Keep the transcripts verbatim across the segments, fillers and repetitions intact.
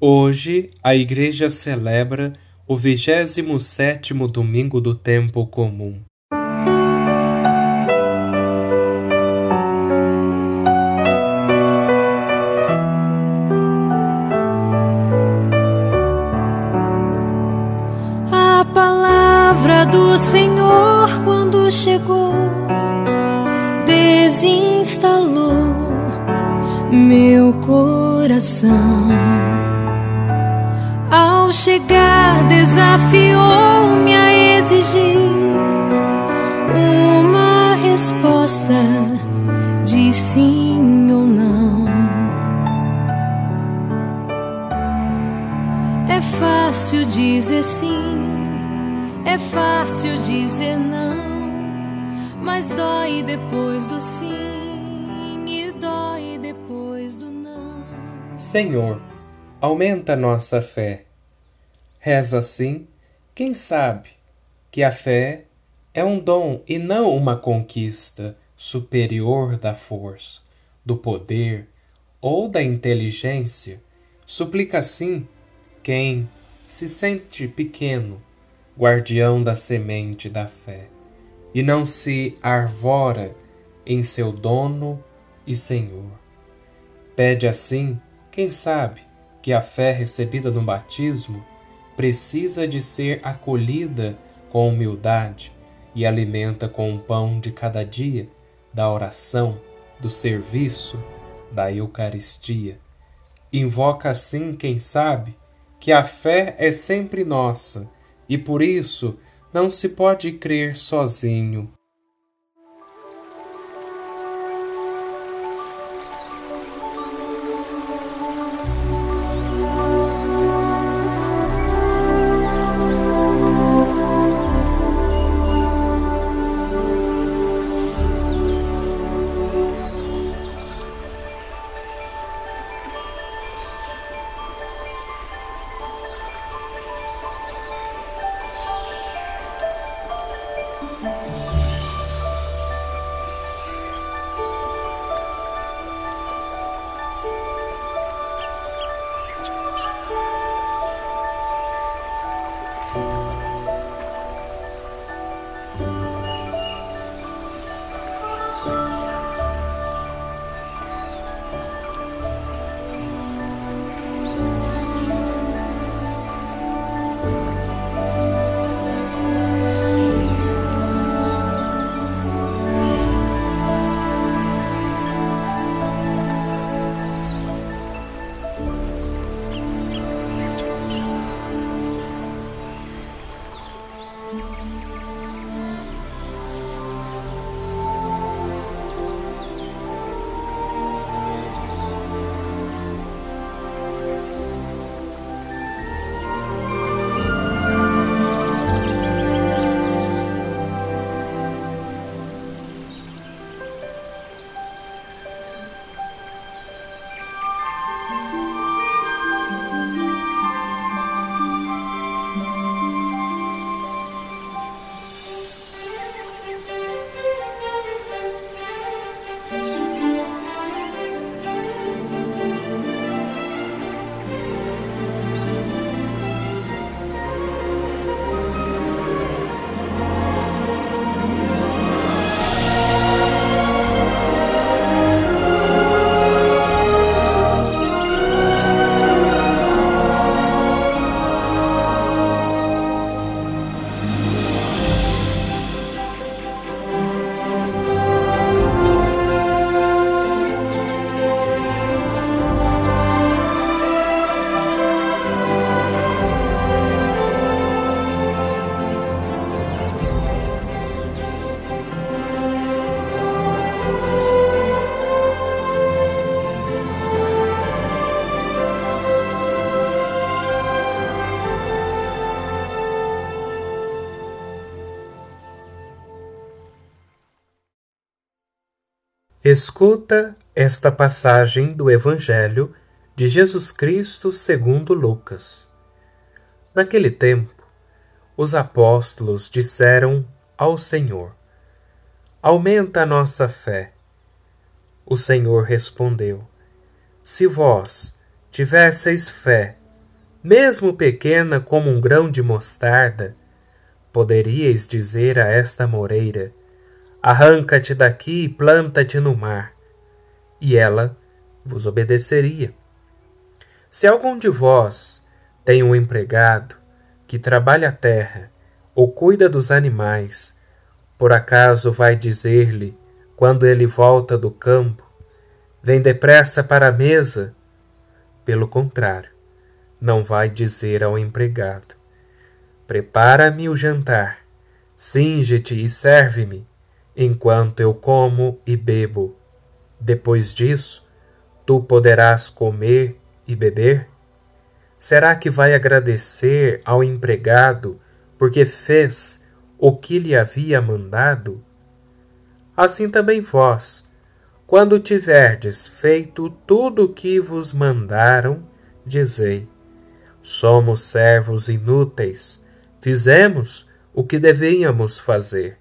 Hoje, a Igreja celebra o vigésimo sétimo domingo do tempo comum. A palavra do Senhor, quando chegou, desinstalou meu coração. Ao chegar, desafiou-me a exigir uma resposta de sim ou não. É fácil dizer sim, é fácil dizer não, mas dói depois do sim e dói depois do não. Senhor, aumenta nossa fé. Reza assim, quem sabe que a fé é um dom e não uma conquista superior da força, do poder ou da inteligência. Suplica assim quem se sente pequeno, guardião da semente da fé, e não se arvora em seu dono e Senhor. Pede assim, quem sabe, que a fé recebida no batismo precisa de ser acolhida com humildade e alimenta com o pão de cada dia, da oração, do serviço, da Eucaristia. Invoca assim, quem sabe, que a fé é sempre nossa e por isso não se pode crer sozinho. Escuta esta passagem do Evangelho de Jesus Cristo segundo Lucas. Naquele tempo, os apóstolos disseram ao Senhor: aumenta a nossa fé. O Senhor respondeu: se vós tivesseis fé mesmo pequena como um grão de mostarda, poderíeis dizer a esta moreira: arranca-te daqui e planta-te no mar, e ela vos obedeceria. Se algum de vós tem um empregado que trabalha a terra ou cuida dos animais, por acaso vai dizer-lhe, quando ele volta do campo: vem depressa para a mesa? Pelo contrário, não vai dizer ao empregado: prepara-me o jantar, cinge-te e serve-me, enquanto eu como e bebo. Depois disso, tu poderás comer e beber? Será que vai agradecer ao empregado porque fez o que lhe havia mandado? Assim também vós, quando tiverdes feito tudo o que vos mandaram, dizei: somos servos inúteis, fizemos o que devíamos fazer.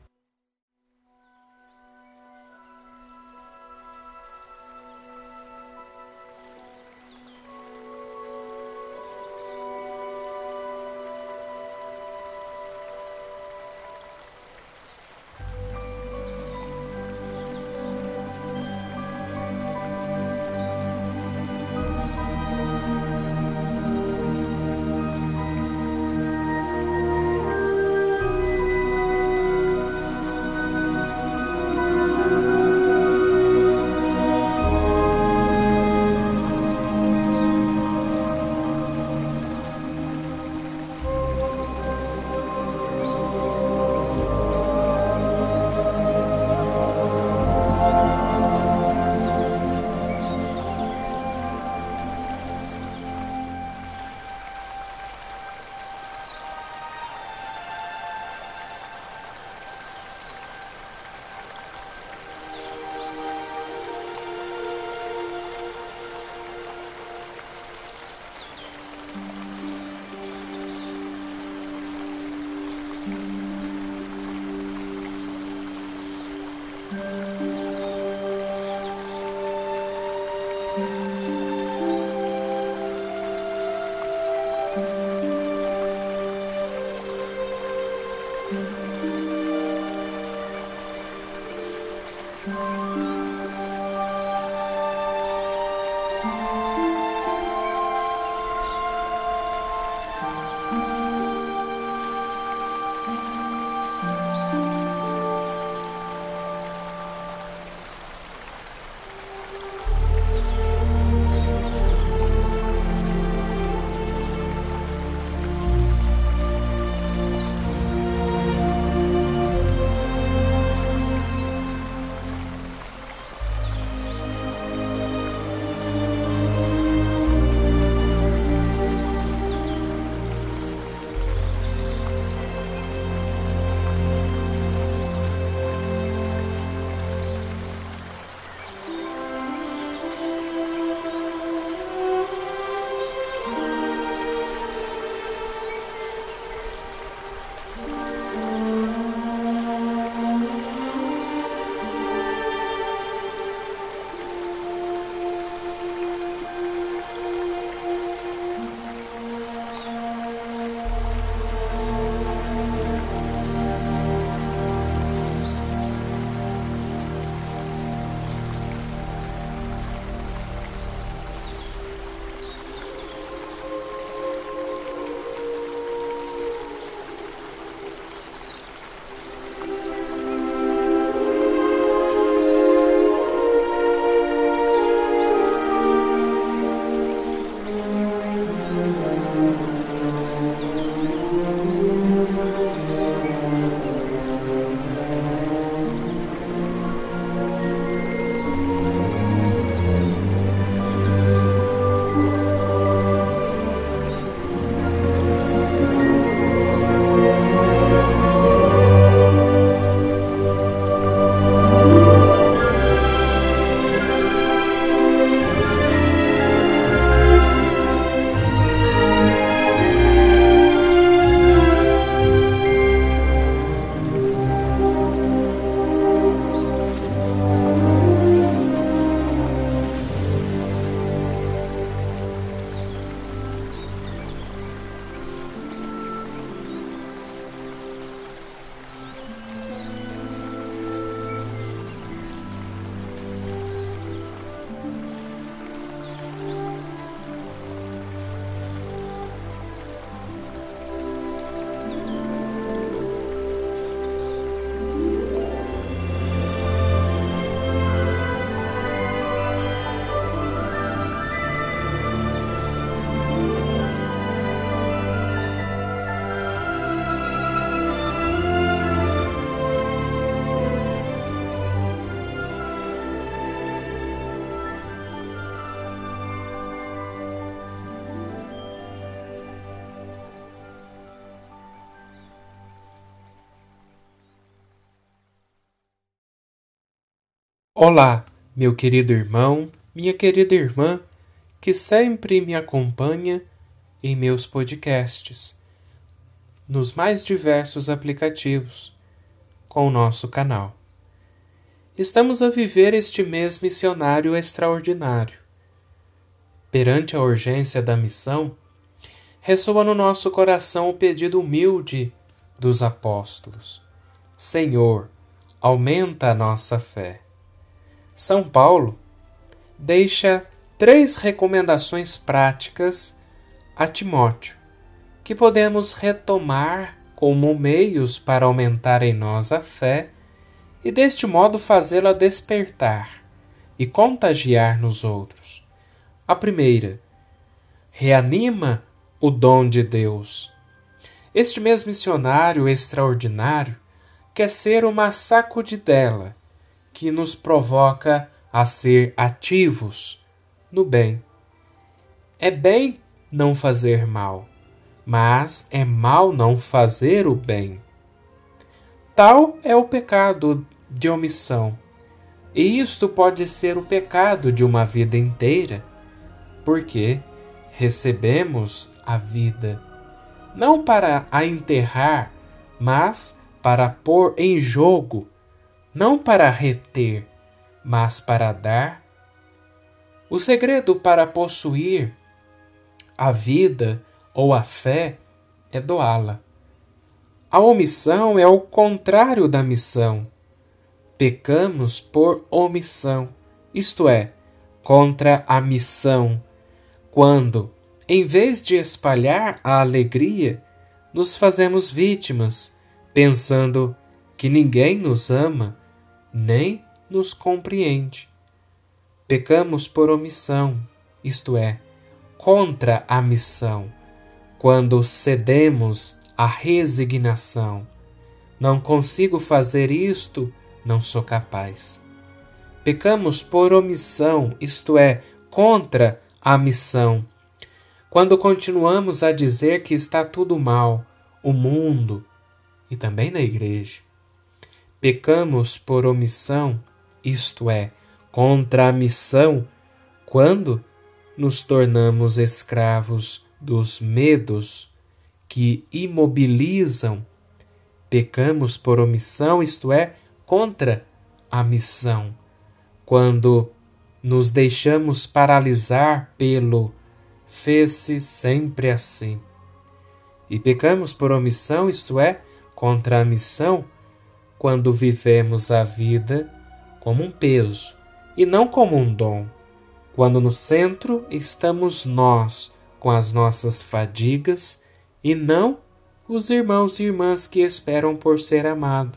Olá, meu querido irmão, minha querida irmã, que sempre me acompanha em meus podcasts, nos mais diversos aplicativos, com o nosso canal. Estamos a viver este mês missionário extraordinário. Perante a urgência da missão, ressoa no nosso coração o pedido humilde dos apóstolos: Senhor, aumenta a nossa fé. São Paulo deixa três recomendações práticas a Timóteo, que podemos retomar como meios para aumentar em nós a fé e deste modo fazê-la despertar e contagiar nos outros. A primeira, reanima o dom de Deus. Este mês missionário extraordinário quer ser uma sacudidela que nos provoca a ser ativos no bem. É bem não fazer mal, mas é mal não fazer o bem. Tal é o pecado de omissão, e isto pode ser o pecado de uma vida inteira, porque recebemos a vida, não para a enterrar, mas para pôr em jogo, não para reter, mas para dar. O segredo para possuir a vida ou a fé é doá-la. A omissão é o contrário da missão. Pecamos por omissão, isto é, contra a missão, quando, em vez de espalhar a alegria, nos fazemos vítimas, pensando que ninguém nos ama, nem nos compreende. Pecamos por omissão, isto é, contra a missão, quando cedemos à resignação. Não consigo fazer isto, não sou capaz. Pecamos por omissão, isto é, contra a missão, quando continuamos a dizer que está tudo mal, o mundo e também na igreja. Pecamos por omissão, isto é, contra a missão, quando nos tornamos escravos dos medos que imobilizam. Pecamos por omissão, isto é, contra a missão, quando nos deixamos paralisar pelo fez-se sempre assim. E pecamos por omissão, isto é, contra a missão, quando vivemos a vida como um peso e não como um dom, quando no centro estamos nós com as nossas fadigas e não os irmãos e irmãs que esperam por ser amado.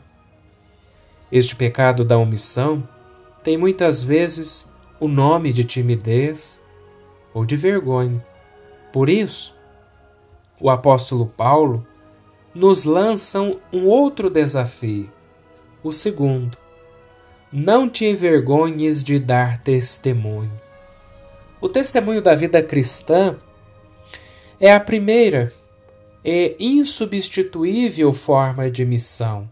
Este pecado da omissão tem muitas vezes o nome de timidez ou de vergonha. Por isso, o apóstolo Paulo nos lança um outro desafio. O segundo, não te envergonhes de dar testemunho. O testemunho da vida cristã é a primeira e insubstituível forma de missão.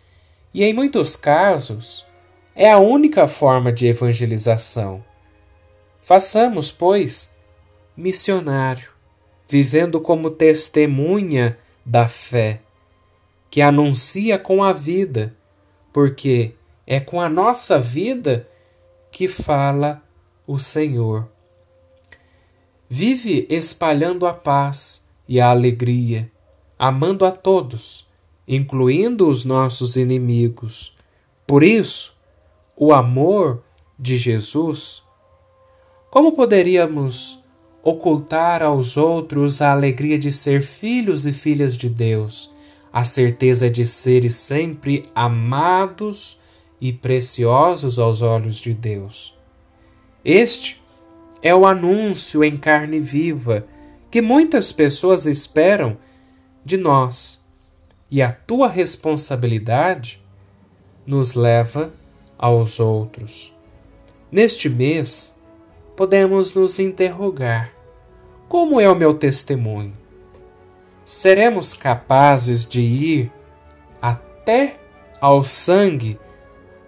E em muitos casos, é a única forma de evangelização. Façamos, pois, missionário, vivendo como testemunha da fé, que anuncia com a vida, porque é com a nossa vida que fala o Senhor. Vive espalhando a paz e a alegria, amando a todos, incluindo os nossos inimigos. Por isso, o amor de Jesus. Como poderíamos ocultar aos outros a alegria de ser filhos e filhas de Deus, a certeza de serem sempre amados e preciosos aos olhos de Deus? Este é o anúncio em carne viva que muitas pessoas esperam de nós, e a tua responsabilidade nos leva aos outros. Neste mês, podemos nos interrogar: como é o meu testemunho? Seremos capazes de ir até ao sangue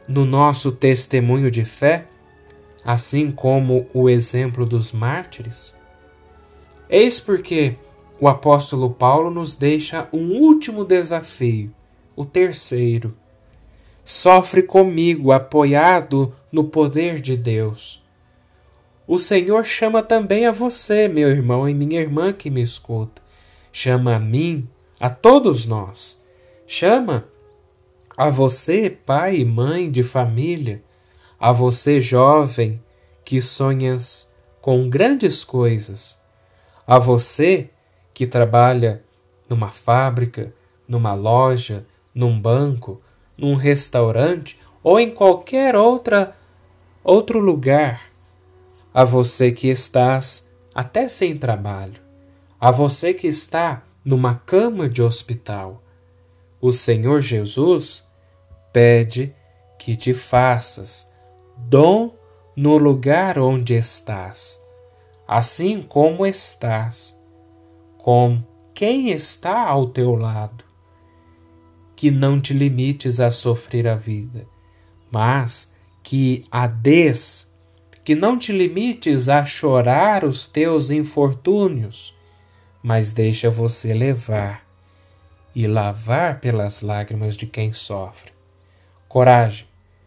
no nosso testemunho de fé, assim como o exemplo dos mártires? Eis porque o apóstolo Paulo nos deixa um último desafio, o terceiro. Sofre comigo, apoiado no poder de Deus. O Senhor chama também a você, meu irmão e minha irmã que me escuta. Chama a mim, a todos nós. Chama a você, pai e mãe de família, a você, jovem, que sonhas com grandes coisas, a você que trabalha numa fábrica, numa loja, num banco, num restaurante ou em qualquer outra, outro lugar, a você que estás até sem trabalho, a você que está numa cama de hospital. O Senhor Jesus pede que te faças dom no lugar onde estás, assim como estás, com quem está ao teu lado. Que não te limites a sofrer a vida, mas que a des, que não te limites a chorar os teus infortúnios, mas deixa você levar e lavar pelas lágrimas de quem sofre. Coragem.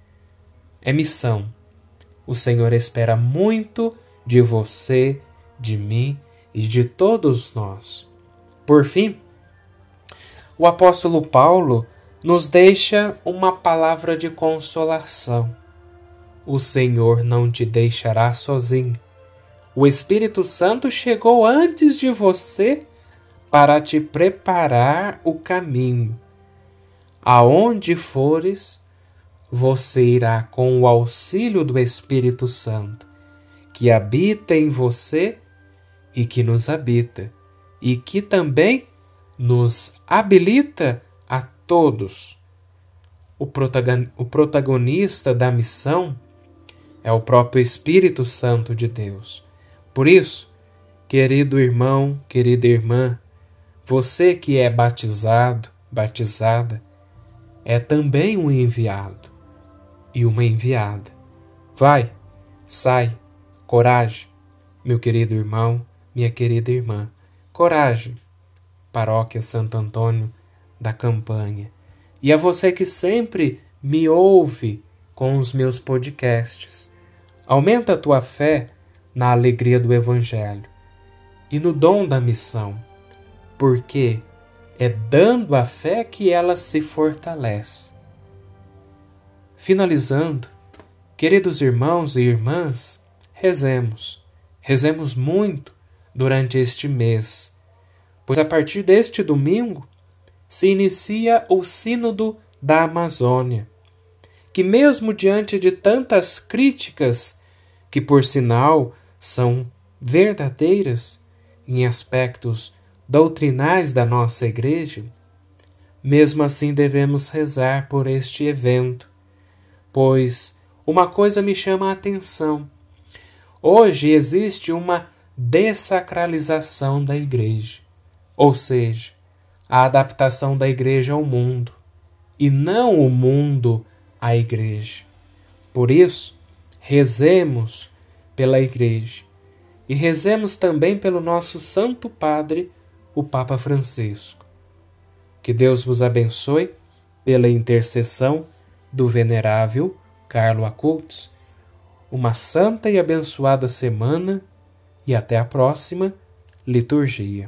É missão. O Senhor espera muito de você, de mim e de todos nós. Por fim, o apóstolo Paulo nos deixa uma palavra de consolação. O Senhor não te deixará sozinho. O Espírito Santo chegou antes de você para te preparar o caminho. Aonde fores, você irá com o auxílio do Espírito Santo, que habita em você e que nos habita, e que também nos habilita a todos. O protagonista da missão é o próprio Espírito Santo de Deus. Por isso, querido irmão, querida irmã, você que é batizado, batizada, é também um enviado e uma enviada. Vai, sai, coragem, meu querido irmão, minha querida irmã. Coragem, Paróquia Santo Antônio da Campanha. E a você que sempre me ouve com os meus podcasts, aumenta a tua fé na alegria do Evangelho e no dom da missão, porque é dando a fé que ela se fortalece. Finalizando, queridos irmãos e irmãs, rezemos, rezemos muito durante este mês, pois a partir deste domingo se inicia o Sínodo da Amazônia, que mesmo diante de tantas críticas, que por sinal são verdadeiras em aspectos doutrinais da nossa Igreja, mesmo assim devemos rezar por este evento, pois uma coisa me chama a atenção. Hoje existe uma dessacralização da Igreja, ou seja, a adaptação da Igreja ao mundo, e não o mundo à Igreja. Por isso, rezemos pela Igreja, e rezemos também pelo nosso Santo Padre, o Papa Francisco. Que Deus vos abençoe pela intercessão do venerável Carlo Acutis. Uma santa e abençoada semana e até a próxima liturgia.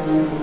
Música